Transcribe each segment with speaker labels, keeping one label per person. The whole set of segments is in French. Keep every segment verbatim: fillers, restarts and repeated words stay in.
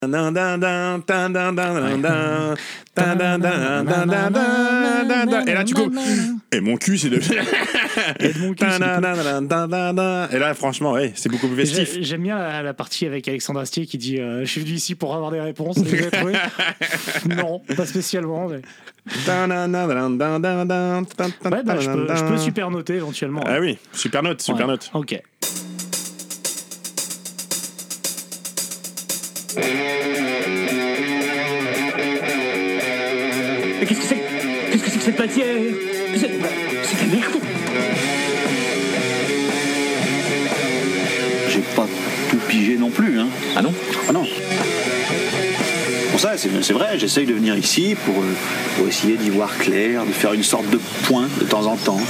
Speaker 1: Et là tu coupes. Et mon cul c'est de.
Speaker 2: Et, mon cul,
Speaker 1: et là franchement ouais, c'est beaucoup plus festif.
Speaker 2: J'aime bien la, la partie avec Alexandre Astier qui dit euh, je suis venu ici pour avoir des réponses. Et vous avez trouvé non, pas spécialement. Mais... ouais, bah, je, peux, je peux super noter éventuellement.
Speaker 1: Ah oui, super note, super
Speaker 2: ouais.
Speaker 1: note.
Speaker 2: Ok.
Speaker 3: Mais qu'est-ce que c'est Qu'est-ce que c'est que cette matière C'est de la merde.
Speaker 4: J'ai pas tout pigé non plus, hein.
Speaker 3: Ah non
Speaker 4: Ah non. Pour ça, c'est, c'est vrai, j'essaye de venir ici pour, euh, pour essayer d'y voir clair, de faire une sorte de point de temps en temps.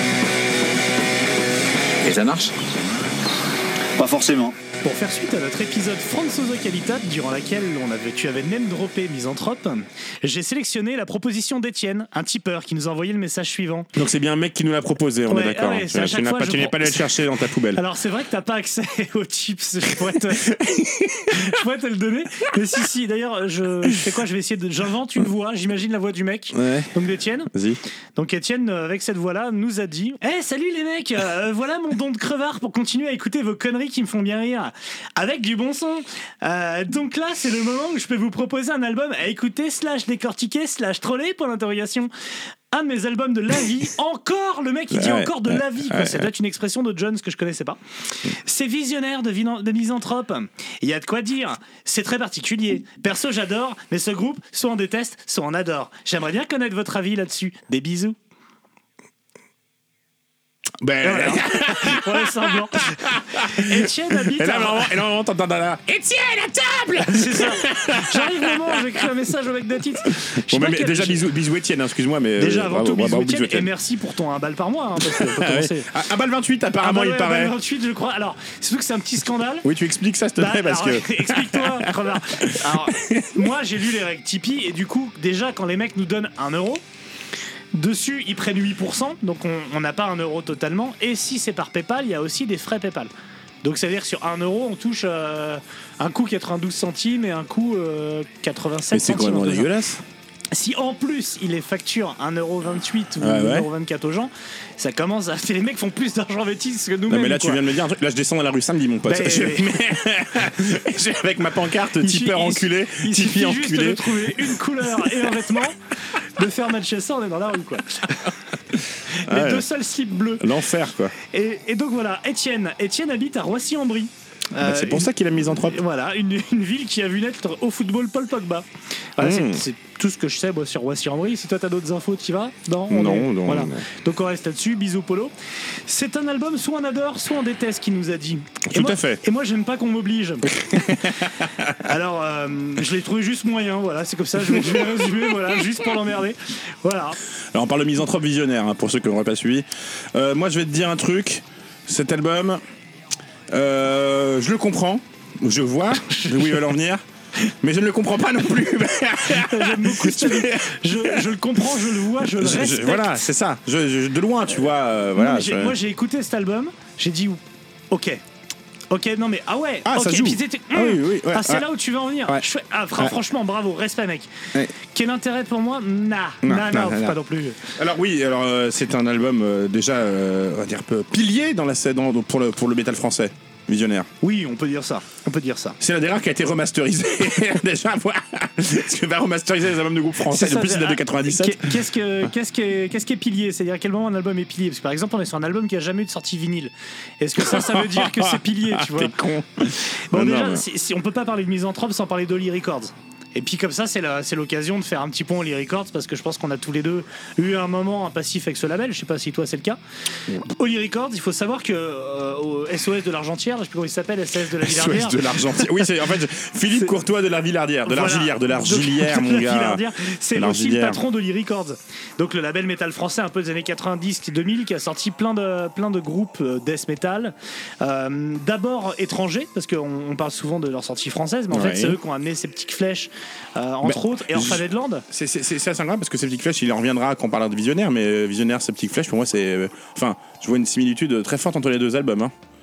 Speaker 3: Et ça marche ?
Speaker 4: Pas forcément.
Speaker 2: Pour faire suite à notre épisode Franzoso Qualitat, durant laquelle on avait, tu avais même droppé Misanthrope, j'ai sélectionné la proposition d'Étienne, un tipeur qui nous a envoyé le message suivant.
Speaker 1: Donc c'est bien un mec qui nous l'a proposé, on
Speaker 2: ouais,
Speaker 1: est d'accord.
Speaker 2: Ouais,
Speaker 1: tu tu n'as pas, tu n'es pas allé le chercher dans ta poubelle.
Speaker 2: Alors c'est vrai que t'as pas accès aux chips, je pourrais te, je pourrais te le donner. Mais si, si, d'ailleurs, je, je fais quoi Je vais essayer de. J'invente une voix, j'imagine la voix du mec,
Speaker 1: ouais.
Speaker 2: Donc d'Étienne.
Speaker 1: Vas-y. Donc
Speaker 2: Étienne, avec cette voix-là, nous a dit hey, salut les mecs, euh, voilà mon don de crevard pour continuer à écouter vos conneries qui me font bien rire. Avec du bon son. Euh, donc là, c'est le moment où je peux vous proposer un album à écouter, slash décortiquer, slash troller, pour l'interrogation. Un de mes albums de la vie. Encore, le mec, il dit ouais, encore de ouais, la vie. Quoi. Ouais, c'est peut-être une expression de Jones que je connaissais pas. C'est visionnaire de, vin- de Misanthrope. Il y a de quoi dire. C'est très particulier. Perso, j'adore, mais ce groupe, soit on déteste, soit on adore. J'aimerais bien connaître votre avis là-dessus. Des bisous.
Speaker 1: Ben
Speaker 2: voilà. Ouais, semblant. Étienne habite.
Speaker 1: Et là,
Speaker 2: à...
Speaker 1: vraiment, et là, vraiment, t'entends là. Étienne à table.
Speaker 2: C'est ça. J'arrive le moment où j'écris un message au mec de titre.
Speaker 1: Bon, mais, mais déjà, bisous, bisous Étienne, hein, excuse-moi. Mais
Speaker 2: déjà, avant
Speaker 1: euh,
Speaker 2: tout,
Speaker 1: bravo,
Speaker 2: bisous
Speaker 1: bravo,
Speaker 2: Étienne. Et merci pour ton un balle par mois. Hein, parce que faut commencer.
Speaker 1: Ah, un balle vingt-huit, apparemment,
Speaker 2: ah, bah,
Speaker 1: il
Speaker 2: ouais,
Speaker 1: paraît.
Speaker 2: Un balle vingt-huit, je crois. Alors, surtout que c'est un petit scandale.
Speaker 1: Oui, tu expliques ça, s'il te plaît, bah, parce
Speaker 2: alors,
Speaker 1: que.
Speaker 2: Explique-toi, crevard. Alors, moi, j'ai lu les règles Tipeee, et du coup, déjà, quand les mecs nous donnent un euro. Dessus, ils prennent huit pour cent, donc on n'a pas un euro totalement. Et si c'est par PayPal, il y a aussi des frais PayPal. Donc ça veut dire que sur un euro, on touche euh, un coup quatre-vingt-douze centimes et un coup euh, quatre-vingt-sept centimes.
Speaker 1: Mais c'est complètement dégueulasse.
Speaker 2: Si en plus il les facture un euro vingt-huit ou
Speaker 1: ouais,
Speaker 2: un euro
Speaker 1: ouais.
Speaker 2: vingt-quatre aux gens, ça commence à. Les mecs font plus d'argent bêtise que nous-mêmes.
Speaker 1: Non, mais là,
Speaker 2: quoi.
Speaker 1: tu viens de me dire un truc. Là, je descends dans la rue samedi, mon pote.
Speaker 2: Ben,
Speaker 1: je... je... Avec ma pancarte, tipeur enculé.
Speaker 2: Il suffit
Speaker 1: enculé.
Speaker 2: juste de trouver une couleur et un vêtement, de faire matcher ça, on est dans la rue, quoi. Les
Speaker 1: ouais.
Speaker 2: deux seuls slips bleus.
Speaker 1: L'enfer, quoi.
Speaker 2: Et, et donc voilà, Étienne. Étienne habite à Roissy-en-Brie.
Speaker 1: Euh, bah, c'est pour
Speaker 2: une,
Speaker 1: ça qu'il a Misanthrope.
Speaker 2: Voilà, une, une ville qui a vu naître au football Paul Pogba. Voilà, mmh. c'est, c'est tout ce que je sais moi, sur Roissy-en-Brie. Si toi t'as d'autres infos, t'y vas ? Non,
Speaker 1: non,
Speaker 2: est...
Speaker 1: non,
Speaker 2: voilà.
Speaker 1: non.
Speaker 2: Donc on reste là-dessus. Bisous Polo. C'est un album soit on adore, soit on déteste, qu'il nous a dit.
Speaker 1: Tout
Speaker 2: et moi,
Speaker 1: à fait.
Speaker 2: Et moi j'aime pas qu'on m'oblige. Alors euh, je l'ai trouvé juste moyen. Voilà, c'est comme ça. Je vais, je vais résumer. Voilà, juste pour l'emmerder. Voilà.
Speaker 1: Alors on parle de Misanthrope visionnaire hein, pour ceux qui n'auraient pas suivi. Euh, moi je vais te dire un truc. Cet album, euh, je le comprends. Je vois où ils veulent en venir, mais je ne le comprends pas non plus.
Speaker 2: J'aime beaucoup ce je, je le comprends, je le vois, je le
Speaker 1: je,
Speaker 2: respecte.
Speaker 1: Je, voilà, c'est ça. Je, je, de loin, tu vois. Euh, voilà,
Speaker 2: non, j'ai,
Speaker 1: je...
Speaker 2: Moi, j'ai écouté cet album, j'ai dit, ok. Ok, non mais ah ouais,
Speaker 1: ah,
Speaker 2: ok,
Speaker 1: ça joue.
Speaker 2: Puis c'était,
Speaker 1: ah, oui, oui, ouais,
Speaker 2: ah c'est
Speaker 1: ouais.
Speaker 2: là où tu veux en venir.
Speaker 1: Ouais.
Speaker 2: Je, ah, fr- ouais. Franchement, bravo, respect mec.
Speaker 1: Ouais.
Speaker 2: Quel intérêt pour moi ? Nah,
Speaker 1: non,
Speaker 2: nah,
Speaker 1: non,
Speaker 2: non,
Speaker 1: non,
Speaker 2: pas
Speaker 1: non.
Speaker 2: non plus.
Speaker 1: Alors oui, alors euh, c'est un album euh, déjà, euh, on va dire pilier dans la dans, pour le pour le métal français. Visionnaire.
Speaker 2: Oui, on peut dire ça. On peut dire ça.
Speaker 1: C'est l'un des rares qui a été remasterisé. Déjà, voilà. Parce que va remasteriser les albums de groupes français depuis les années quatre-vingt-dix-sept.
Speaker 2: Qu'est-ce que qu'est-ce que qu'est-ce qui est pilier ? C'est-à-dire à quel moment un album est pilier ? Parce que par exemple, on est sur un album qui a jamais eu de sortie vinyle. Est-ce que ça, ça veut dire que c'est pilier ? Tu vois ?
Speaker 1: T'es con.
Speaker 2: Bon,
Speaker 1: non,
Speaker 2: déjà,
Speaker 1: non,
Speaker 2: si, si on peut pas parler de Misanthrope sans parler d'Holly Records. Et puis comme ça, c'est, la, c'est l'occasion de faire un petit pont Holly Records parce que je pense qu'on a tous les deux eu un moment un passif avec ce label. Je sais pas si toi c'est le cas. Ouais. Holly Records, il faut savoir que euh, au S O S de l'Argentière, je sais plus comment il s'appelle, S O S de la Villardière.
Speaker 1: S O S de l'Argentière. Oui, c'est en fait Philippe c'est... Courtois de la Villardière, de l'Argilière, de l'Argilière,
Speaker 2: de,
Speaker 1: mon
Speaker 2: de
Speaker 1: gars.
Speaker 2: C'est aussi le patron d'Holly Records. Donc le label métal français un peu des années quatre-vingt-dix deux mille qui a sorti plein de plein de groupes death metal. Euh, d'abord étrangers parce qu'on on parle souvent de leur sortie française, mais en ouais. fait c'est eux qui ont amené ces petites flèches euh, entre mais autres et Orphanedland.
Speaker 1: C'est c'est c'est assez incroyable parce que Septic Flesh, il en reviendra quand on parlera de Visionnaire, mais Visionnaire Septic Flesh pour moi c'est euh, enfin, je vois une similitude très forte entre les deux albums hein.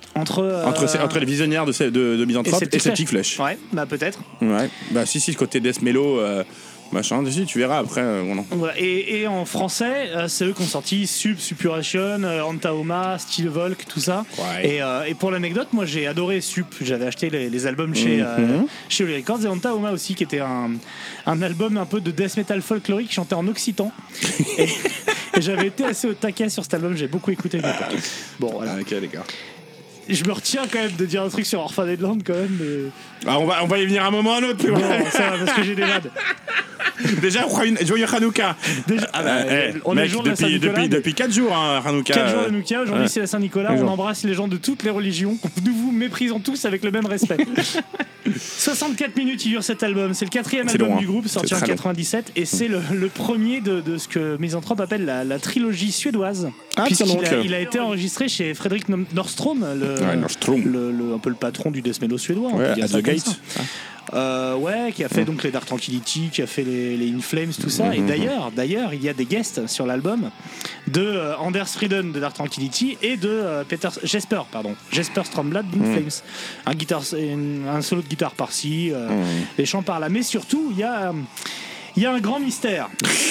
Speaker 2: Entre, euh,
Speaker 1: entre, ces- entre les visionnaires de, ces- de, de Misanthrope et,
Speaker 2: et
Speaker 1: Septic Flesh.
Speaker 2: Ouais, bah peut-être.
Speaker 1: Ouais. Bah si, si, ce côté Death Mellow, euh, machin, si, tu verras après. Euh, bon, non.
Speaker 2: Voilà. Et, et en français, euh, c'est eux qui ont sorti Sub, Suppuration, euh, Antaoma, Steel Volk, tout ça.
Speaker 1: Ouais.
Speaker 2: Et, euh, et pour l'anecdote, moi j'ai adoré Sup. J'avais acheté les, les albums chez,
Speaker 1: Mhm.
Speaker 2: euh, chez Holy Records, et Antaoma aussi, qui était un, un album un peu de death metal folklorique chanté en occitan. et, et j'avais été assez au taquet sur cet album, j'ai beaucoup écouté à l'époque. Bon, voilà.
Speaker 1: Ah, ok, d'accord.
Speaker 2: Je me retiens quand même de dire un truc sur Orphan Land quand même, mais.
Speaker 1: Ah, on, va, on va y venir un moment ou un autre. Plus
Speaker 2: Bon,
Speaker 1: loin.
Speaker 2: ça va, parce que j'ai des lads.
Speaker 1: Déjà, on fera une joyeux Hanouka.
Speaker 2: Déjà, ah bah,
Speaker 1: Eh,
Speaker 2: on est le
Speaker 1: mec,
Speaker 2: jour de la
Speaker 1: depuis,
Speaker 2: Saint-Nicolas,
Speaker 1: depuis,
Speaker 2: mais-
Speaker 1: depuis quatre jours, hein, Hanouka.
Speaker 2: quatre jours
Speaker 1: euh,
Speaker 2: de Hanouka, aujourd'hui
Speaker 1: ouais.
Speaker 2: c'est la Saint-Nicolas,
Speaker 1: Les
Speaker 2: on
Speaker 1: gens.
Speaker 2: embrasse les gens de toutes les religions, nous vous méprisons tous avec le même respect. soixante-quatre minutes il dure cet album, c'est le quatrième
Speaker 1: C'est
Speaker 2: album
Speaker 1: long, hein.
Speaker 2: du groupe, sorti
Speaker 1: C'est
Speaker 2: en
Speaker 1: très long.
Speaker 2: quatre-vingt-dix-sept, et c'est le, le premier de, de ce que Misanthrope appelle la, la trilogie suédoise.
Speaker 1: Ah,
Speaker 2: puisqu'il
Speaker 1: tiens donc.
Speaker 2: a, il a été enregistré chez Fredrik Norström, le,
Speaker 1: Ouais, Norström.
Speaker 2: le, le- un peu le patron du death metal suédois. on peut
Speaker 1: Ouais,
Speaker 2: dire
Speaker 1: at
Speaker 2: ça
Speaker 1: the
Speaker 2: comme
Speaker 1: Gate.
Speaker 2: ça. Euh, ouais, qui a fait donc les Dark Tranquillity, qui a fait les, les In Flames, tout ça.
Speaker 1: Mhm.
Speaker 2: Et d'ailleurs, d'ailleurs, il y a des guests sur l'album de euh, Anders Frieden de Dark Tranquillity et de euh, Peter Jesper, pardon, Jesper Stromblad d'In
Speaker 1: Mhm.
Speaker 2: Flames. Un guitare, un, un solo de guitare par-ci, euh,
Speaker 1: Mhm.
Speaker 2: les chants par-là. Mais surtout, il y a, euh, il y a un grand mystère.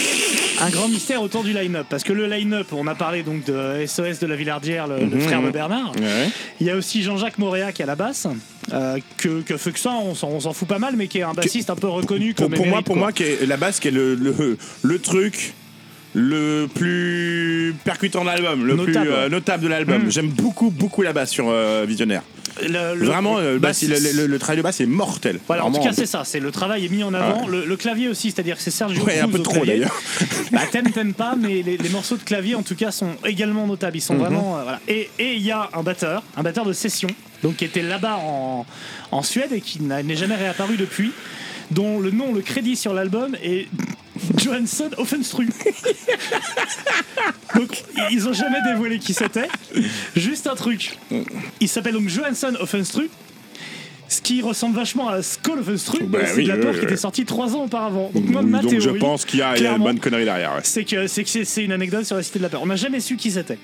Speaker 2: Un grand mystère autour du line-up, parce que le line-up, on a parlé donc de S O S de la Villardière, le, le
Speaker 1: Mhm.
Speaker 2: frère de Bernard.
Speaker 1: Ouais.
Speaker 2: Il y a aussi Jean-Jacques Moréa qui est à la basse, euh, que, que fait que ça, on s'en, on s'en fout pas mal, mais qui est un bassiste un peu reconnu
Speaker 1: Pour,
Speaker 2: comme
Speaker 1: pour moi,
Speaker 2: émérite,
Speaker 1: pour
Speaker 2: quoi.
Speaker 1: moi qui est la basse qui est le, le, le truc le plus percutant de l'album, le
Speaker 2: Notable,
Speaker 1: plus euh,
Speaker 2: ouais.
Speaker 1: notable de l'album.
Speaker 2: Mm.
Speaker 1: J'aime beaucoup, beaucoup la basse sur euh, Visionnaire.
Speaker 2: Le- le-
Speaker 1: Vraiment, euh,
Speaker 2: bah,
Speaker 1: basse, le, le- le travail de basse est mortel.
Speaker 2: Voilà, en tout
Speaker 1: Vraiment.
Speaker 2: cas, c'est ça. C'est le travail est mis en avant. Le, le clavier aussi, c'est-à-dire que c'est Sergio
Speaker 1: Ouais, un
Speaker 2: Cruz
Speaker 1: peu
Speaker 2: au
Speaker 1: trop
Speaker 2: clavier.
Speaker 1: d'ailleurs.
Speaker 2: Bah, t'aimes, t'aimes pas, mais les, les morceaux de clavier, en tout cas, sont également notables. Ils sont
Speaker 1: Mhm.
Speaker 2: vraiment. euh, voilà. Et et il y a un batteur, un batteur de session, donc qui était là-bas en, en Suède et qui n'a- n'est jamais réapparu depuis, dont le nom, le crédit sur l'album est Johansson Offenstru. Donc, ils ont jamais dévoilé qui c'était. Juste un truc. Il s'appelle donc Johansson Offenstru. Ce qui ressemble vachement à Skull Offenstru,
Speaker 1: Bah
Speaker 2: c'est
Speaker 1: oui,
Speaker 2: de la
Speaker 1: euh,
Speaker 2: peur qui était sortie trois ans auparavant. Donc, moi, ma
Speaker 1: Donc je
Speaker 2: théorie,
Speaker 1: pense qu'il y a, il y a une
Speaker 2: clairement,
Speaker 1: bonne connerie derrière. ouais.
Speaker 2: c'est que c'est que c'est, c'est une anecdote sur la Cité de la Peur. On n'a jamais su qui c'était.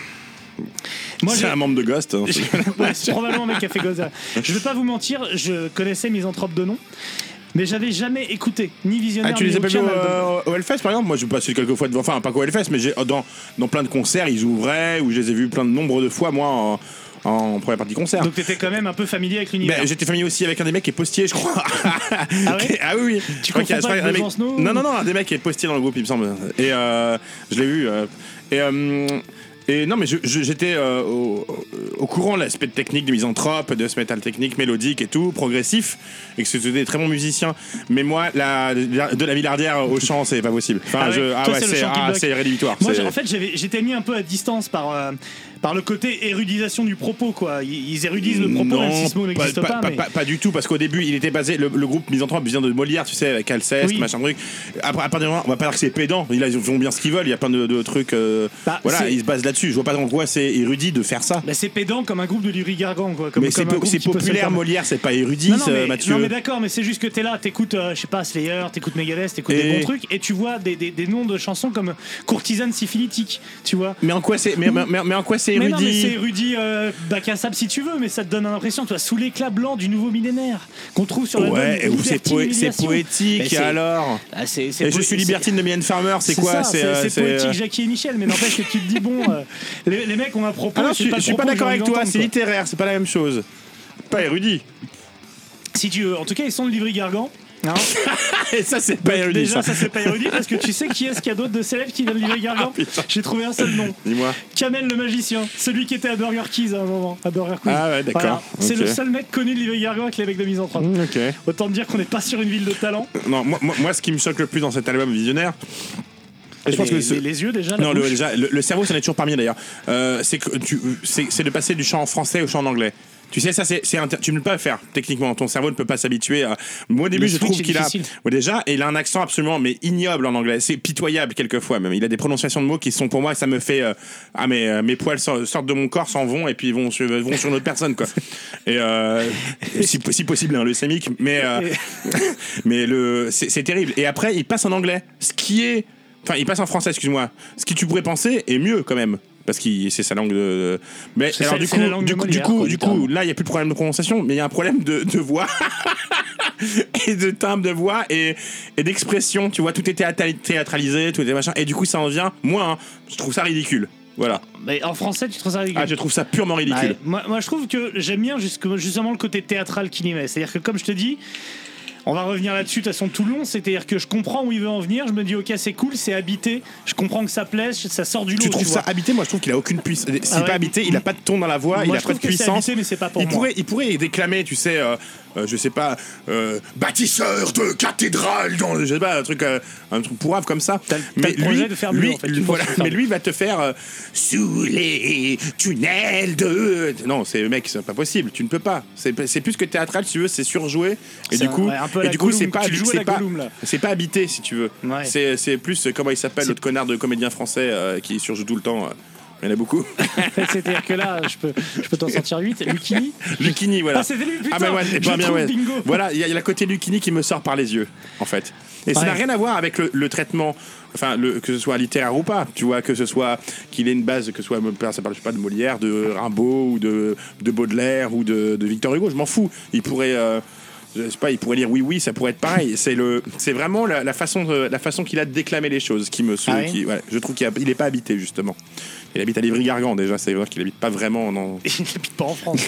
Speaker 2: Moi,
Speaker 1: C'est
Speaker 2: j'ai-
Speaker 1: un membre de Ghost. hein.
Speaker 2: Ouais, c'est probablement un mec qui a fait Godzilla. Je vais pas vous mentir, je connaissais Misanthrope de nom, mais j'avais jamais écouté ni Visionnaire
Speaker 1: Ah, tu
Speaker 2: ni
Speaker 1: les as pas vus
Speaker 2: aucun
Speaker 1: au,
Speaker 2: album.
Speaker 1: euh, au Hellfest par exemple? Moi j'ai passé quelques fois devant, enfin pas qu'au Hellfest, mais j'ai, dans, dans plein de concerts ils ouvraient, où je les ai vus plein de nombre de fois moi en, en première partie concert.
Speaker 2: Donc t'étais quand même un peu familier avec l'univers.
Speaker 1: Ben, j'étais familier aussi avec un des mecs qui est postier, je crois.
Speaker 2: Ah ouais
Speaker 1: Ah oui, oui.
Speaker 2: Tu
Speaker 1: Je crois qu'il y a-
Speaker 2: confonds pas
Speaker 1: je crois qu'il y a
Speaker 2: avec
Speaker 1: un mec-
Speaker 2: Jean Snow,
Speaker 1: Non,
Speaker 2: ou-
Speaker 1: non, non, un des mecs qui est postier dans le groupe, il me semble. Et euh, je l'ai vu. euh, et, euh, et non, mais je- je- j'étais euh, au, au courant de l'aspect technique de Misanthrope, de ce métal technique, mélodique et tout, progressif, et que c'était des très bons musiciens. Mais moi, la, de la Villardière au chant, c'est pas possible. Enfin,
Speaker 2: Ah ouais,
Speaker 1: je- ah
Speaker 2: toi,
Speaker 1: ouais,
Speaker 2: c'est le
Speaker 1: c'est
Speaker 2: chant qui
Speaker 1: ah,
Speaker 2: bloque.
Speaker 1: c'est rédhibitoire.
Speaker 2: Moi,
Speaker 1: c'est-
Speaker 2: j'ai- en fait, j'avais, j'étais mis un peu à distance par, euh, par le côté érudisation du propos, quoi. Ils, ils érudisent le propos, même si ce mot n'existe pas.
Speaker 1: pas,
Speaker 2: mais...
Speaker 1: pas- pas du tout, parce qu'au début, il était basé, le, le groupe Misanthrope vient de Molière, tu sais, avec Alceste,
Speaker 2: Oui.
Speaker 1: machin truc. Après, à partir du moment, on va pas dire que c'est pédant, ils ils font bien ce qu'ils veulent, il y a plein de, de trucs. euh,
Speaker 2: Bah,
Speaker 1: voilà,
Speaker 2: c'est-
Speaker 1: ils se basent là-dessus. Je vois pas dans quoi c'est érudit de faire ça.
Speaker 2: Bah, c'est pédant comme un groupe de Luri Gargan, quoi. Comme,
Speaker 1: mais
Speaker 2: comme
Speaker 1: c'est,
Speaker 2: un
Speaker 1: po-
Speaker 2: groupe
Speaker 1: c'est
Speaker 2: qui peut se
Speaker 1: populaire,
Speaker 2: permettre.
Speaker 1: Molière, c'est pas érudit,
Speaker 2: Non, non,
Speaker 1: ça,
Speaker 2: mais,
Speaker 1: Mathieu.
Speaker 2: non, mais d'accord, mais c'est juste que t'es là, t'écoutes, euh, je sais pas, Slayer, t'écoutes Megadeth, t'écoutes
Speaker 1: Et-
Speaker 2: des bons trucs, et tu vois des, des, des noms de chansons comme Courtisane syphilitique, tu vois.
Speaker 1: Mais en quoi c'est, mais, mais, mais en quoi c'est
Speaker 2: Mais
Speaker 1: érudit
Speaker 2: non, mais c'est érudit euh, bac à sable si tu veux, mais ça te donne l'impression, toi, sous l'éclat blanc du nouveau millénaire qu'on trouve sur l'album.
Speaker 1: Ouais, ou c'est,
Speaker 2: Libertine
Speaker 1: poé- c'est
Speaker 2: Humiliation.
Speaker 1: poétique,
Speaker 2: Mais c'est-
Speaker 1: alors.
Speaker 2: Ah, c'est, c'est
Speaker 1: Et je
Speaker 2: po-
Speaker 1: suis
Speaker 2: c'est-
Speaker 1: libertine de Mylène Farmer, c'est,
Speaker 2: c'est
Speaker 1: quoi
Speaker 2: ça,
Speaker 1: c'est,
Speaker 2: c'est,
Speaker 1: euh,
Speaker 2: c'est
Speaker 1: c'est,
Speaker 2: poétique
Speaker 1: euh,
Speaker 2: Jackie et Michel, mais n'empêche que tu te dis, bon, euh, les, les mecs ont un propos.
Speaker 1: Ah non,
Speaker 2: c'est
Speaker 1: je,
Speaker 2: pas
Speaker 1: je
Speaker 2: le
Speaker 1: suis pas
Speaker 2: propos que
Speaker 1: d'accord
Speaker 2: j'ai
Speaker 1: avec
Speaker 2: envie
Speaker 1: toi,
Speaker 2: d'entendre,
Speaker 1: c'est
Speaker 2: quoi.
Speaker 1: littéraire, c'est pas la même chose. Pas érudit.
Speaker 2: Si tu veux, en tout cas, ils sont de Livry Gargan. Hein.
Speaker 1: Et ça, c'est pas
Speaker 2: Donc,
Speaker 1: érudit.
Speaker 2: déjà,
Speaker 1: ça.
Speaker 2: ça c'est pas érudit parce que tu sais qui est-ce qu'il y a d'autres de célèbres qui viennent de Livry Gargan. J'ai trouvé un seul nom.
Speaker 1: Dis-moi.
Speaker 2: Kamel le magicien, celui qui était à Burger Keys à un moment, à Burger Quiz.
Speaker 1: Ah ouais, d'accord.
Speaker 2: C'est
Speaker 1: Ok.
Speaker 2: le seul mec connu de Livry Gargan avec les mecs de Misanthrope.
Speaker 1: Ok.
Speaker 2: Autant te dire qu'on n'est pas sur une ville de talent.
Speaker 1: Non, moi, moi, moi, ce qui me choque le plus dans cet album Visionnaire, et je pense
Speaker 2: les,
Speaker 1: que ce-
Speaker 2: les- les yeux déjà. La
Speaker 1: non, le,
Speaker 2: bouche.
Speaker 1: déjà, le, le cerveau, ça en est toujours parmi d'ailleurs. Euh, c'est que tu, c'est, c'est de passer du chant en français au chant en anglais. Tu sais, ça, c'est, c'est inter- tu ne peux pas le faire techniquement. Ton cerveau ne peut pas s'habituer. À... Moi, au début,
Speaker 2: Le
Speaker 1: je
Speaker 2: switch
Speaker 1: trouve
Speaker 2: est
Speaker 1: qu'il a,
Speaker 2: difficile.
Speaker 1: ouais, déjà, et il a un accent absolument mais ignoble en anglais. C'est pitoyable quelquefois même. Il a des prononciations de mots qui sont pour moi, ça me fait euh, ah mais euh, mes poils so- sortent de mon corps, s'en vont et puis vont sur, vont sur une autre personne quoi. Et euh, si, si possible un leucémique, mais euh, mais le c'est, c'est terrible. Et après, il passe en anglais, ce qui est Enfin, il passe en français, excuse-moi. Ce qui tu pourrais penser est mieux quand même. parce que c'est sa langue de. Mais
Speaker 2: C'est
Speaker 1: alors
Speaker 2: ça,
Speaker 1: du
Speaker 2: c'est
Speaker 1: coup,
Speaker 2: la langue
Speaker 1: du
Speaker 2: de
Speaker 1: coup, du
Speaker 2: Molière,
Speaker 1: coup,
Speaker 2: quoi,
Speaker 1: du coup,
Speaker 2: littéralement.
Speaker 1: là, il y a plus de problème de prononciation, mais il y a un problème de, de voix et de timbre de voix et, et d'expression. Tu vois, tout était théâtra- théâtralisé, tout était machin, et du coup, ça en vient. Moi, hein, je trouve ça ridicule. Voilà.
Speaker 2: Mais en français, tu trouves ça ridicule?
Speaker 1: Ah, je trouve ça purement ridicule.
Speaker 2: Ouais. Moi, moi, je trouve que j'aime bien jusque- justement le côté théâtral qu'il y met. C'est-à-dire que, comme je te dis, on va revenir là-dessus, de toute façon, tout le long. C'est-à-dire que je comprends où il veut en venir. Je me dis, ok, c'est cool, c'est habité. Je comprends que ça plaise, ça sort du lot.
Speaker 1: Tu trouves ça
Speaker 2: vois.
Speaker 1: habité? Moi, je trouve qu'il a aucune puissance. S'il
Speaker 2: Ah
Speaker 1: n'est
Speaker 2: ouais.
Speaker 1: pas habité, il a pas de ton dans la voix,
Speaker 2: Moi,
Speaker 1: il a
Speaker 2: je
Speaker 1: pas de
Speaker 2: trouve que c'est
Speaker 1: puissance.
Speaker 2: habité, mais c'est pas pour
Speaker 1: il
Speaker 2: moi.
Speaker 1: pourrait, il pourrait déclamer, tu sais, euh, euh, je sais pas, euh, bâtisseur de cathédrale, dans, je sais pas, un truc, euh, un truc pourrave comme ça.
Speaker 2: T'as- t'as le projet de faire mieux,
Speaker 1: lui,
Speaker 2: en fait, tu
Speaker 1: lui,
Speaker 2: penses
Speaker 1: voilà,
Speaker 2: faire
Speaker 1: mais
Speaker 2: mieux.
Speaker 1: lui va te faire euh, sous les tunnels de. Non, c'est mec, c'est pas possible. Tu ne peux pas. C'est, c'est plus que théâtral, si tu veux, c'est surjoué. Et
Speaker 2: C'est
Speaker 1: du
Speaker 2: un-
Speaker 1: coup,
Speaker 2: ouais, un peu à
Speaker 1: et
Speaker 2: la
Speaker 1: du coup, c'est
Speaker 2: Gollum,
Speaker 1: pas,
Speaker 2: tu joues à
Speaker 1: c'est
Speaker 2: la
Speaker 1: pas,
Speaker 2: Gollum, là.
Speaker 1: c'est pas habité, si tu veux.
Speaker 2: Ouais.
Speaker 1: C'est, c'est plus euh, comment il s'appelle
Speaker 2: C'est-
Speaker 1: l'autre connard de comédien français euh, qui surjoue tout le temps. euh. Il y en a beaucoup.
Speaker 2: C'est-à-dire que là, je peux, je peux t'en sortir huit. Lucchini.
Speaker 1: Lucchini, voilà.
Speaker 2: Ah, c'était lui, putain.
Speaker 1: Ah, mais ouais, c'est
Speaker 2: Je
Speaker 1: pas bien,
Speaker 2: trouve
Speaker 1: ouais.
Speaker 2: bingo.
Speaker 1: Voilà, il y a la côté Lucchini qui me sort par les yeux, en fait. Et ça
Speaker 2: Ouais.
Speaker 1: n'a rien à voir avec le, le traitement, enfin, le, que ce soit littéraire ou pas, tu vois, que ce soit qu'il ait une base, que ce soit, ça parle, je sais pas, de Molière, de Rimbaud, ou de, de Baudelaire, ou de, de Victor Hugo, je m'en fous. Il pourrait. Euh, je sais pas, il pourrait dire oui, oui, ça pourrait être pareil. C'est le, c'est vraiment la, la façon, de, la façon qu'il a de déclamer les choses qui me,
Speaker 2: Ah oui
Speaker 1: qui, ouais, je trouve qu'il a- il est pas habité justement. Il habite à Livry-Gargan déjà, ça veut dire qu'il habite pas vraiment dans.
Speaker 2: Il n'habite pas en France.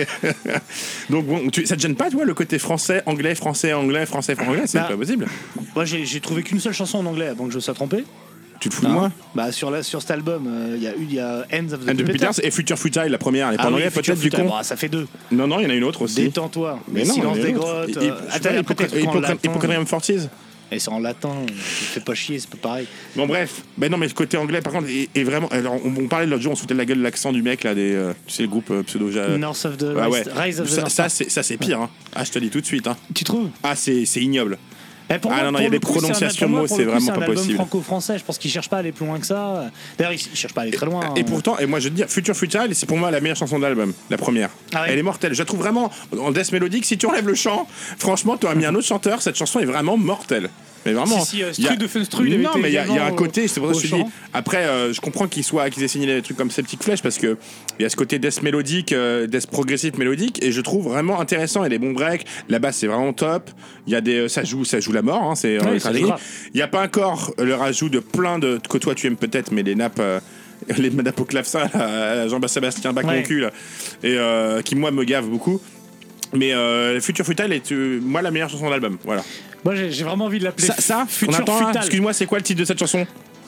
Speaker 1: Donc bon, tu, ça te gêne pas, toi, le côté français, anglais, français, anglais, français, anglais, c'est
Speaker 2: Bah,
Speaker 1: pas possible.
Speaker 2: Moi, j'ai j'ai trouvé qu'une seule chanson en anglais avant que je sois trompé.
Speaker 1: Tu te fous de moi?
Speaker 2: Bah, sur, la, sur cet album, euh, il y a eu il y a Ends of the
Speaker 1: And the
Speaker 2: Peters.
Speaker 1: Peters et Future Futile, la première, elle est pas
Speaker 2: Ah
Speaker 1: en
Speaker 2: oui,
Speaker 1: anglais
Speaker 2: Future
Speaker 1: peut-être du
Speaker 2: Futile.
Speaker 1: con.
Speaker 2: Bon, ça fait deux.
Speaker 1: Non, non, il y en a une autre aussi.
Speaker 2: Détends-toi.
Speaker 1: Mais
Speaker 2: Le
Speaker 1: non,
Speaker 2: silence
Speaker 1: il y en a
Speaker 2: des
Speaker 1: une autre.
Speaker 2: grottes.
Speaker 1: Il-
Speaker 2: euh,
Speaker 1: il-
Speaker 2: Attends,
Speaker 1: je sais pas,
Speaker 2: peut-être
Speaker 1: Hippocra-
Speaker 2: qu'en
Speaker 1: Hippocra-
Speaker 2: latin.
Speaker 1: Hippocrates Fortis.
Speaker 2: Et c'est en latin. Je fais pas chier, c'est pas pareil.
Speaker 1: Bon bref, ben non mais le côté anglais par contre est, est vraiment. Alors, on, on parlait l'autre jour, on se foutait de la gueule de l'accent du mec là, des, euh, tu sais le groupe euh, pseudo.
Speaker 2: North of the
Speaker 1: Ah
Speaker 2: Rise,
Speaker 1: ouais.
Speaker 2: Rise of the
Speaker 1: Ça,
Speaker 2: North.
Speaker 1: ça, c'est ça c'est pire. Hein. Ah je te dis tout de suite. Hein.
Speaker 2: Tu trouves?
Speaker 1: Ah c'est c'est ignoble.
Speaker 2: Eh, pour
Speaker 1: Ah
Speaker 2: moi,
Speaker 1: non, non,
Speaker 2: pour
Speaker 1: il y a
Speaker 2: le
Speaker 1: des
Speaker 2: coup, c'est un-
Speaker 1: prononciations
Speaker 2: pour moi,
Speaker 1: de mots,
Speaker 2: pour
Speaker 1: c'est
Speaker 2: le coup,
Speaker 1: vraiment
Speaker 2: c'est un
Speaker 1: pas
Speaker 2: album
Speaker 1: possible.
Speaker 2: franco-français, je pense qu'ils cherchent pas à aller plus loin que ça. D'ailleurs, ils cherchent pas à aller très loin.
Speaker 1: Et
Speaker 2: hein.
Speaker 1: pourtant, et moi je veux te dire, Future Futile, c'est pour moi la meilleure chanson de l'album, la première.
Speaker 2: Ah ouais.
Speaker 1: Elle est mortelle. Je la trouve vraiment en death mélodique. Si tu enlèves le chant, franchement, tu aurais mis un autre chanteur, cette chanson est vraiment mortelle. Mais vraiment.
Speaker 2: Si, si, euh,
Speaker 1: il y a-
Speaker 2: Strud de Funstrud, il avait
Speaker 1: Non,
Speaker 2: été
Speaker 1: mais il y, a- il y a un
Speaker 2: également
Speaker 1: côté, c'est pour ça
Speaker 2: au
Speaker 1: que je te dis.
Speaker 2: chant.
Speaker 1: Après, euh, je comprends qu'ils soient, qu'ils aient signé des trucs comme Septic Flesh parce que il y a ce côté death mélodique, euh, death progressif mélodique, et je trouve vraiment intéressant. Il y a des bons breaks. La basse, c'est vraiment top. Il y a des, ça joue, ça joue la mort. Hein, c'est.
Speaker 2: Ouais,
Speaker 1: euh,
Speaker 2: ça
Speaker 1: très
Speaker 2: joue
Speaker 1: dingue.
Speaker 2: grave.
Speaker 1: Il n'y a pas encore le rajout de plein de que toi tu aimes peut-être, mais les nappes. euh, les nappes au clavecin, là, à Jean-Bastien Bach,
Speaker 2: Ouais.
Speaker 1: mon cul, là, et euh, qui moi me gave beaucoup. Mais euh, Future Futile est euh, moi la meilleure chanson de l'album. Voilà.
Speaker 2: Moi, j'ai j'ai vraiment envie de l'appeler
Speaker 1: Ça, ça on
Speaker 2: Future
Speaker 1: attend. hein.
Speaker 2: Futile.
Speaker 1: Excuse-moi, c'est quoi le titre de cette chanson?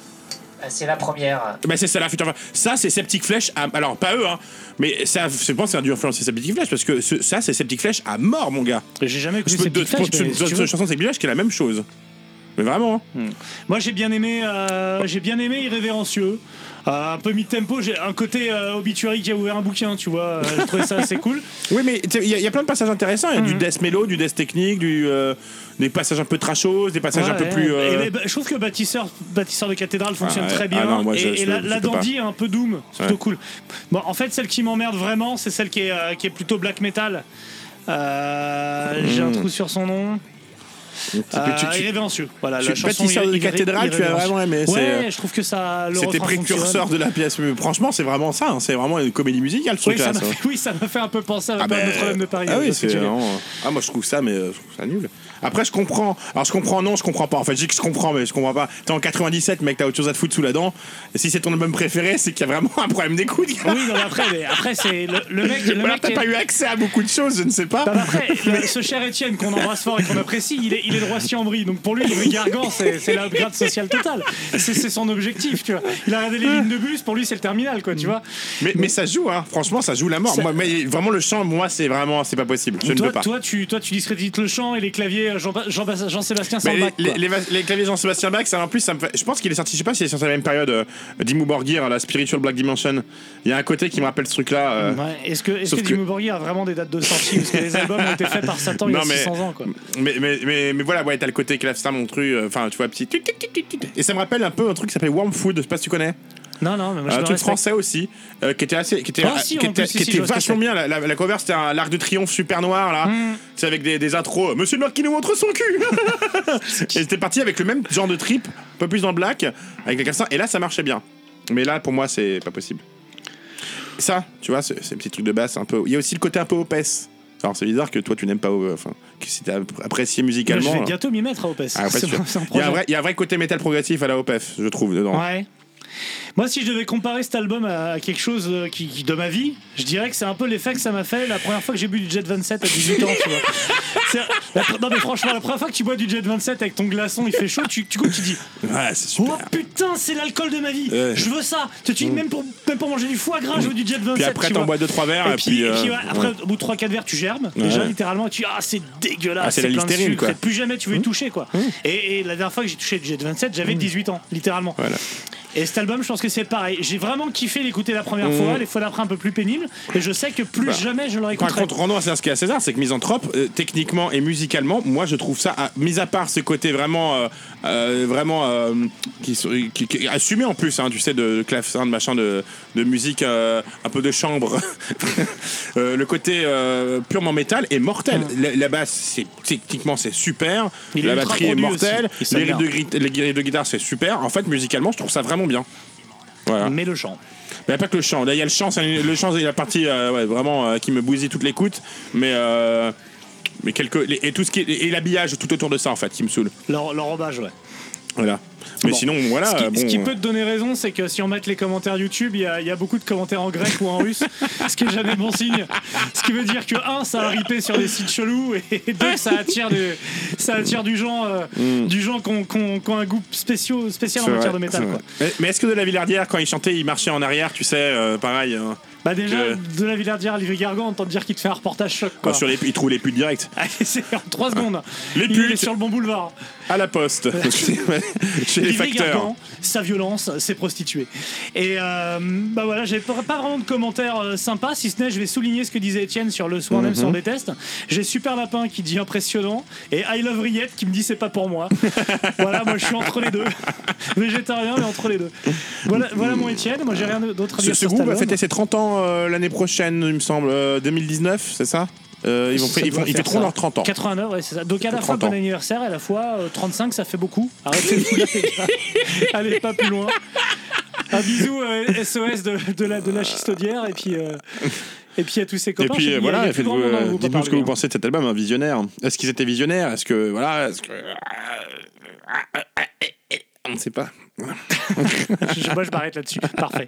Speaker 5: Ah, c'est la première.
Speaker 1: Bah c'est ça la Future. Ça c'est Septic Flesh. À... Alors pas eux hein, mais ça, je pense que ça a dû influencer Septic Flesh parce que ce- ça c'est Septic Flesh à mort mon gars.
Speaker 2: J'ai jamais
Speaker 1: Je
Speaker 2: écouté
Speaker 1: peux
Speaker 2: cette
Speaker 1: te
Speaker 2: petite flèche, mais si tu
Speaker 1: cette
Speaker 2: veux.
Speaker 1: chanson Septic Flesh qui est la même chose. Mais vraiment. Hein.
Speaker 2: Moi, j'ai bien aimé, euh, j'ai bien aimé Irrévérencieux. Euh, un peu mid-tempo, j'ai un côté euh, obituary qui a ouvert un bouquin, tu vois. euh, J'ai trouvé ça assez cool.
Speaker 1: Oui mais il y, a- y a plein de passages intéressants. Il y a du death mélo, du death technique, du euh, des passages un peu trashos, des passages un peu
Speaker 2: Ouais,
Speaker 1: plus.
Speaker 2: ouais.
Speaker 1: euh,
Speaker 2: Et, bah, je trouve que Bâtisseur, Bbâtisseur de cathédrale fonctionne
Speaker 1: Ah, ouais.
Speaker 2: très bien.
Speaker 1: Ah non, moi, je-
Speaker 2: et
Speaker 1: je-
Speaker 2: et la,
Speaker 1: je
Speaker 2: la
Speaker 1: peux pas.
Speaker 2: Dandy est un peu doom, c'est
Speaker 1: Ouais.
Speaker 2: plutôt cool. Bon, en fait, celle qui m'emmerde vraiment, c'est celle qui est, euh, qui est plutôt black metal. Euh, J'ai un trou sur son nom.
Speaker 1: et
Speaker 2: Euh,
Speaker 1: puis tu- tu-
Speaker 2: Irrévérencieux. Voilà,
Speaker 1: tu-
Speaker 2: la chanson
Speaker 1: Bâtisseur de
Speaker 2: Irré-
Speaker 1: cathédrale, tu as
Speaker 2: Irrévérencieux.
Speaker 1: vraiment aimé, c'est,
Speaker 2: Ouais,
Speaker 1: euh,
Speaker 2: je trouve que ça. le
Speaker 1: C'était
Speaker 2: refrain
Speaker 1: précurseur
Speaker 2: fonctionne.
Speaker 1: de la pièce. Mais franchement, c'est vraiment ça. hein. C'est vraiment une comédie musicale ce
Speaker 2: Oui,
Speaker 1: truc-là.
Speaker 2: ça m'a
Speaker 1: ça.
Speaker 2: fait, oui, ça m'a fait un peu penser à la
Speaker 1: Ah,
Speaker 2: période
Speaker 1: ben,
Speaker 2: Notre-Dame de Paris.
Speaker 1: Ah
Speaker 2: je
Speaker 1: oui,
Speaker 2: vois ce que
Speaker 1: c'est
Speaker 2: tu veux dire.
Speaker 1: vraiment. Ah moi je trouve ça, mais euh, je trouve ça nul. Après je comprends. Alors je comprends, non, je comprends pas. En fait, je dis que je comprends, mais je comprends pas. T'es en quatre-vingt-dix-sept, mec, t'as autre chose à te foutre sous la dent. Et si c'est ton album préféré, c'est qu'il y a vraiment un problème d'écoute.
Speaker 2: Oui, non, mais après, mais après c'est le, le mec. Le
Speaker 1: Ou alors
Speaker 2: mec
Speaker 1: t'as
Speaker 2: est-
Speaker 1: pas eu accès à beaucoup de choses, je ne sais pas.
Speaker 2: Non, mais après, le- ce cher Étienne qu'on embrasse fort et qu'on apprécie, il est, il est de Roissy-en-Brie. Donc pour lui, le Gargan, c'est, c'est l'upgrade social total. C'est, c'est son objectif, tu vois. Il a regardé les lignes de bus, pour lui, c'est le terminal, quoi, tu vois.
Speaker 1: Mais, mais ça joue, hein. Franchement, ça joue la mort.
Speaker 2: Ça-
Speaker 1: Moi, mais vraiment le chant, moi, c'est vraiment, c'est pas possible. Je ne
Speaker 2: toi,
Speaker 1: peux pas.
Speaker 2: toi, tu, toi, tu discrédites le chant et les claviers Jean, Jean, Jean-Sébastien
Speaker 1: Mais
Speaker 2: Sambach.
Speaker 1: les,
Speaker 2: quoi.
Speaker 1: les, les, les claviers Jean-Sébastien Bach, ça en plus, ça me fait... je pense qu'il est sorti, je sais pas s'il est sorti à la même période, euh, Dimmu Borgir, la Spiritual Black Dimension. Il y a un côté qui me rappelle ce truc-là. euh,
Speaker 2: Ouais, est-ce que, est-ce
Speaker 1: sauf
Speaker 2: que
Speaker 1: que-
Speaker 2: Dimmu Borgir a vraiment des dates de sortie? Parce que les albums ont été faits par Satan il y a
Speaker 1: Non, mais-
Speaker 2: six cents ans, quoi.
Speaker 1: Mais, mais, mais, mais voilà, ouais, t'as le côté clavecin, mon truc, euh, enfin, tu vois, petit. tic, tic, tic, tic, tic. Et ça me rappelle un peu un truc qui s'appelle Warm Food, je sais pas si tu connais.
Speaker 2: Non, non, mais moi je
Speaker 1: Un
Speaker 2: me
Speaker 1: truc
Speaker 2: respecte.
Speaker 1: français aussi, euh, qui était assez. Qui était,
Speaker 2: Ah, si,
Speaker 1: qui
Speaker 2: en
Speaker 1: était,
Speaker 2: plus, si,
Speaker 1: qui
Speaker 2: si,
Speaker 1: était
Speaker 2: je vois ce que
Speaker 1: vachement
Speaker 2: c'est.
Speaker 1: bien. La, la, la cover, c'était un l'arc de triomphe super noir, là.
Speaker 2: Mm.
Speaker 1: C'est avec des, des intros. euh, Monsieur le Noir qui nous montre son cul Et j'étais parti avec le même genre de trip, un peu plus dans le black, avec les cassins, et là, ça marchait bien. Mais là, pour moi, c'est pas possible. Ça, tu vois, c'est, c'est un petit truc de basse un peu. Il y a aussi le côté un peu Opès. Alors c'est bizarre que toi tu n'aimes pas, euh, enfin, que si t'as apprécié musicalement.
Speaker 2: Moi, je vais bientôt m'y mettre à Opeth.
Speaker 1: Ah, c'est, c'est il, y a un vrai, il y a un vrai côté métal progressif à la Opeth, je trouve, dedans.
Speaker 2: Ouais. Moi, si je devais comparer cet album à quelque chose qui, qui, de ma vie, je dirais que c'est un peu l'effet que ça m'a fait la première fois que j'ai bu du Jet vingt-sept à dix-huit ans, tu vois. C'est, la, non mais franchement, la première fois que tu bois du Jet vingt-sept avec ton glaçon, il fait chaud, tu, tu, tu dis
Speaker 1: ouais, c'est super.
Speaker 2: Oh putain, c'est l'alcool de ma vie,
Speaker 1: ouais.
Speaker 2: Je veux ça. Tu dis, mmh. même, pour, même pour manger du foie gras, je veux du Jet vingt-sept.
Speaker 1: Puis après, t'en bois deux trois verres.
Speaker 2: Et,
Speaker 1: et
Speaker 2: puis,
Speaker 1: puis,
Speaker 2: euh, et puis
Speaker 1: euh,
Speaker 2: ouais, après,
Speaker 1: ouais.
Speaker 2: au bout de trois quatre verres, tu germes,
Speaker 1: ouais.
Speaker 2: déjà littéralement, et tu dis, ah, c'est dégueulasse,
Speaker 1: ah, c'est,
Speaker 2: c'est
Speaker 1: la
Speaker 2: plein de sucre,
Speaker 1: quoi.
Speaker 2: Plus jamais tu veux y toucher, quoi.
Speaker 1: Mmh.
Speaker 2: Et, et la dernière fois que j'ai touché du Jet vingt-sept, j'avais mmh. dix-huit ans, littéralement.
Speaker 1: Voilà.
Speaker 2: Et cet album, je pense que c'est pareil. J'ai vraiment kiffé l'écouter la première mmh. fois, les fois d'après un peu plus pénible, et je sais que plus bah, jamais je le réécouterai.
Speaker 1: Par contre, rendons à ce qu'il y a à César, c'est que Misanthrope, euh, techniquement et musicalement, moi je trouve ça, à, mis à part ce côté vraiment, euh, euh, vraiment euh, qui, qui, qui assumé en plus, hein, tu sais, de, de clavecin, de machin, de, de musique, euh, un peu de chambre. euh, le côté euh, purement métal est mortel. Mmh. La, la basse, c'est, techniquement, c'est super.
Speaker 2: Il
Speaker 1: la batterie est mortelle. Les riffs, de,
Speaker 2: de,
Speaker 1: les riffs de guitare, c'est super. En fait, musicalement, je trouve ça vraiment bien. Voilà.
Speaker 2: Mais le chant.
Speaker 1: Il n'y a pas que le chant. Là, il y a le chant, c'est le chant, c'est la partie euh, ouais, vraiment euh, qui me bousille toute l'écoute. Mais, euh, mais quelques et tout ce qui est, et l'habillage tout autour de ça en fait, qui me saoule.
Speaker 2: L'enrobage, ouais.
Speaker 1: Voilà. Mais bon. Sinon, voilà.
Speaker 2: Ce qui,
Speaker 1: bon,
Speaker 2: ce qui peut te donner raison, c'est que si on met les commentaires YouTube, il y, y a beaucoup de commentaires en grec ou en russe, ce qui est jamais bon signe. Ce qui veut dire que, un, ça a ripé sur des sites chelous, et deux, ça attire du, ça attire du genre, euh, mm. du genre qui ont un goût spéciaux, spécial c'est en matière vrai, de métal. Quoi.
Speaker 1: Mais, mais est-ce que De La Villardière, quand il chantait, il marchait en arrière, tu sais, euh, pareil hein,
Speaker 2: Bah déjà, que... De La Villardière, Olivier Gargan, on entend dire qu'il te fait un reportage choc. Quoi.
Speaker 1: Bah, sur les, il trouve les putes directs.
Speaker 2: C'est en trois secondes.
Speaker 1: Les putes.
Speaker 2: Il est sur le bon boulevard.
Speaker 1: À la poste. Chez les facteurs. Gargan,
Speaker 2: sa violence, ses prostituées. Et euh, bah voilà, j'ai pas vraiment de commentaires euh, sympas, si ce n'est, je vais souligner ce que disait Étienne sur le soir même mm-hmm. si on déteste. J'ai Super Lapin qui dit impressionnant, et I Love Riette qui me dit c'est pas pour moi. Voilà, moi je suis entre les deux. Végétarien, mais entre les deux. Voilà, voilà mon Étienne, moi j'ai rien d'autre à dire.
Speaker 1: Ce, ce groupe va fêter ses trente ans euh, l'année prochaine, il me semble, euh, deux mille dix-neuf, c'est ça? Euh, ils vont fait, ils, font, ils fêteront leurs trente ans.
Speaker 2: quatre-vingt-neuf, ouais, c'est ça. Donc à la fois bon anniversaire et à la fois euh, trente-cinq, ça fait beaucoup. Arrêtez de vous la les gars. Allez pas plus loin. Un bisou euh, S O S de, de, la, de la Chistaudière et puis euh, et puis à tous ces copains.
Speaker 1: Et puis voilà,
Speaker 2: euh,
Speaker 1: dites-nous ce que vous pensez de cet album, un visionnaire. Est-ce qu'ils étaient visionnaires? Est-ce que voilà, est-ce que on ne sait pas.
Speaker 2: Moi je m'arrête là-dessus. Parfait.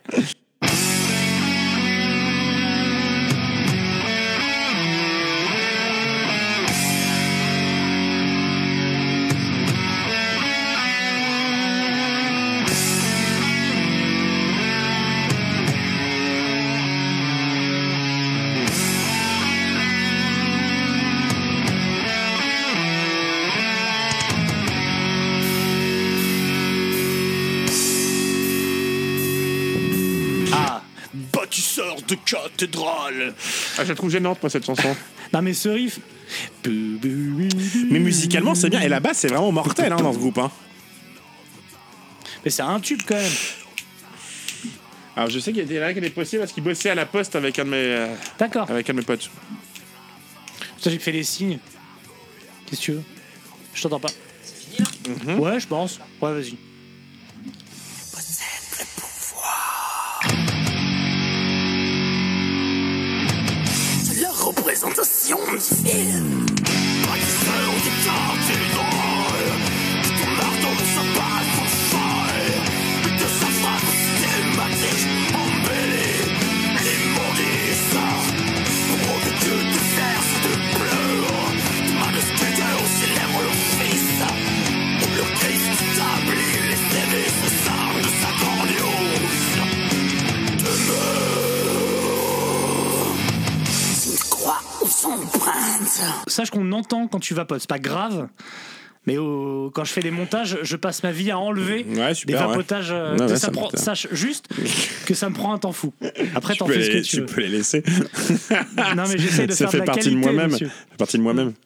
Speaker 2: De cathédrale.
Speaker 1: Ah, je la trouve gênante, moi, cette chanson.
Speaker 2: Non, mais ce riff.
Speaker 1: Mais musicalement, c'est bien. Et la basse, c'est vraiment mortel hein, dans ce groupe. Hein.
Speaker 2: Mais c'est un tube quand même.
Speaker 1: Alors, je sais qu'il y a des là qu'elle est possible parce qu'il bossait à la poste avec un de mes. Euh,
Speaker 2: D'accord.
Speaker 1: Avec un de mes potes.
Speaker 2: Ça, j'ai fait les signes. Qu'est-ce que tu veux? Je t'entends pas.
Speaker 5: C'est fini là?
Speaker 2: Mm-hmm. Ouais, je pense. Ouais, vas-y.
Speaker 6: Représentation du film. Bâtisseur des cathédrales, ton marteau de sa base tranchée, de sa frappe systématique embellie, l'immondice. Pour que Dieu te verse de pleurs, de manuscrits aussi célèbre le fils, où le Christ établit les services saints de sa grandiose demeure.
Speaker 2: Sache qu'on entend quand tu vapotes, c'est pas grave, mais au, quand je fais des montages, je passe ma vie à enlever
Speaker 1: ouais, super,
Speaker 2: des vapotages.
Speaker 1: Ouais.
Speaker 2: Euh,
Speaker 1: Non, ouais,
Speaker 2: ça prend, sache juste que ça me prend un temps fou. Après, t'en fais
Speaker 1: les,
Speaker 2: ce que tu,
Speaker 1: tu
Speaker 2: veux.
Speaker 1: peux les laisser.
Speaker 2: Non, mais j'essaie de
Speaker 1: ça
Speaker 2: faire
Speaker 1: fait
Speaker 2: de la
Speaker 1: partie
Speaker 2: qualité,
Speaker 1: de moi-même.
Speaker 2: monsieur.
Speaker 1: Ça fait partie de moi-même.